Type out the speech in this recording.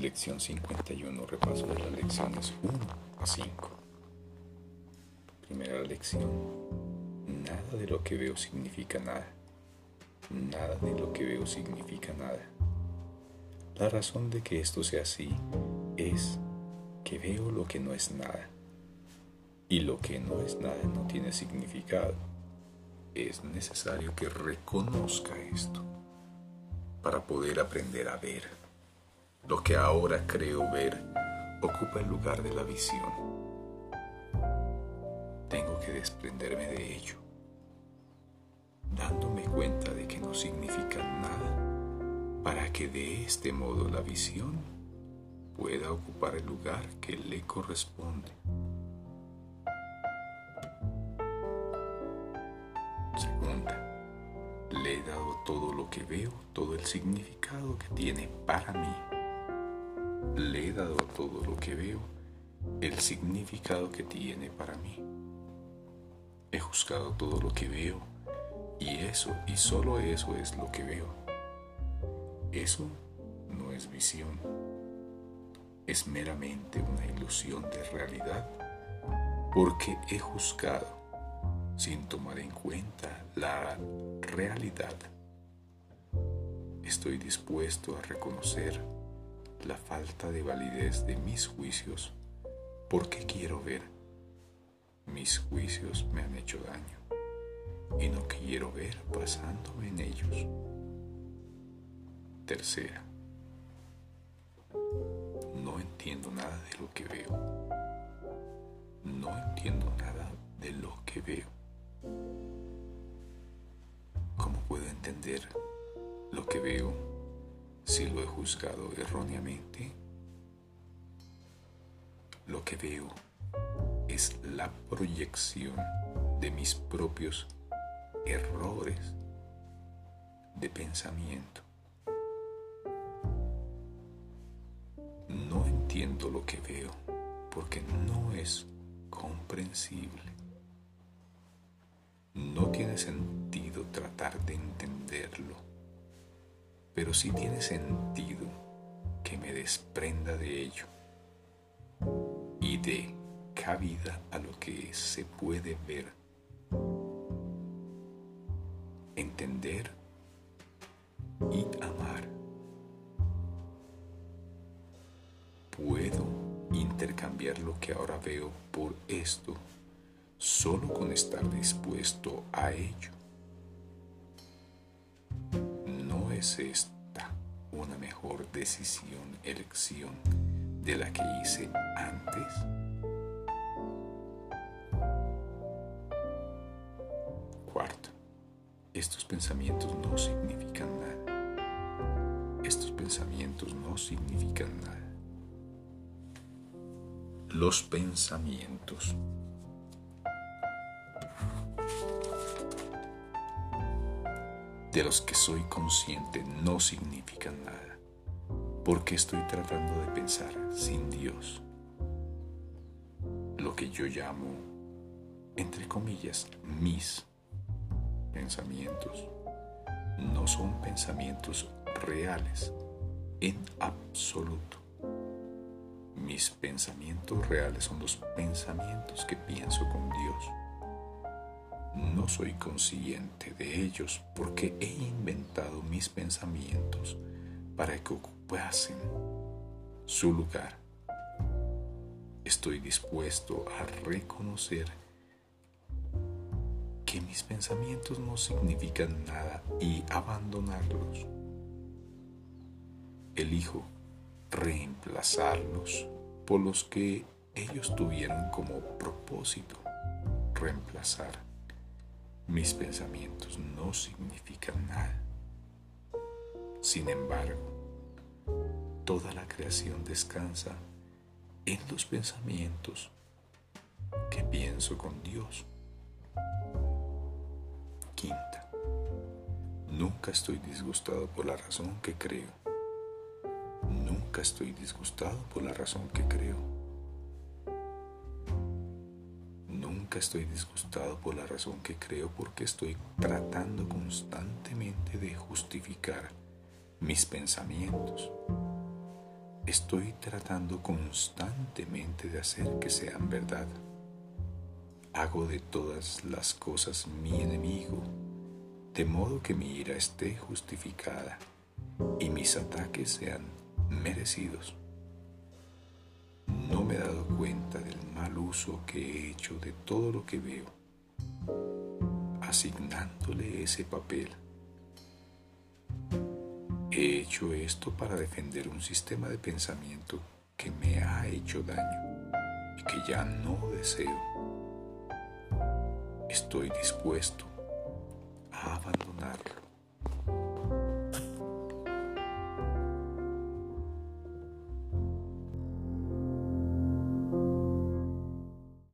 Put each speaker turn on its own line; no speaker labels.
Lección 51, repaso de las lecciones 1 a 5. Primera lección: nada de lo que veo significa nada. Nada de lo que veo significa nada. La razón de que esto sea así es que veo lo que no es nada. Y lo que no es nada no tiene significado. Es necesario que reconozca esto para poder aprender a ver. Lo que ahora creo ver ocupa el lugar de la visión. Tengo que desprenderme de ello, dándome cuenta de que no significa nada, para que de este modo la visión pueda ocupar el lugar que le corresponde. Segunda, le he dado todo lo que veo, todo el significado que tiene para mí. Le he dado todo lo que veo, el significado que tiene para mí. He juzgado todo lo que veo, y eso, y solo eso es lo que veo. Eso no es visión, es meramente una ilusión de realidad, porque he juzgado sin tomar en cuenta la realidad. Estoy dispuesto a reconocer la falta de validez de mis juicios porque quiero ver. Mis juicios me han hecho daño y no quiero ver basándome en ellos. Tercera, no entiendo nada de lo que veo. No entiendo nada de lo que veo. ¿Cómo puedo entender lo que veo si lo he juzgado erróneamente? Lo que veo es la proyección de mis propios errores de pensamiento. No entiendo lo que veo porque no es comprensible. No tiene sentido tratar de entenderlo, pero sí tiene sentido que me desprenda de ello y dé cabida a lo que se puede ver, entender y amar. Puedo intercambiar lo que ahora veo por esto solo con estar dispuesto a ello. ¿No es esta una mejor elección de la que hice antes? Cuarto, estos pensamientos no significan nada. Estos pensamientos no significan nada. Los pensamientos de los que soy consciente no significan nada, porque estoy tratando de pensar sin Dios. Lo que yo llamo, entre comillas, mis pensamientos no son pensamientos reales en absoluto. Mis pensamientos reales son los pensamientos que pienso con Dios. No soy consciente de ellos porque he inventado mis pensamientos para que ocupasen su lugar. Estoy dispuesto a reconocer que mis pensamientos no significan nada y abandonarlos. Elijo reemplazarlos por los que ellos tuvieron como propósito reemplazar. Mis pensamientos no significan nada. Sin embargo, toda la creación descansa en los pensamientos que pienso con Dios. Quinta, nunca estoy disgustado por la razón que creo. Nunca estoy disgustado por la razón que creo. Nunca estoy disgustado por la razón que creo porque estoy tratando constantemente de justificar mis pensamientos. Estoy tratando constantemente de hacer que sean verdad. Hago de todas las cosas mi enemigo, de modo que mi ira esté justificada y mis ataques sean merecidos. No me he dado cuenta del mal uso que he hecho de todo lo que veo, asignándole ese papel. He hecho esto para defender un sistema de pensamiento que me ha hecho daño y que ya no deseo. Estoy dispuesto a abandonarlo.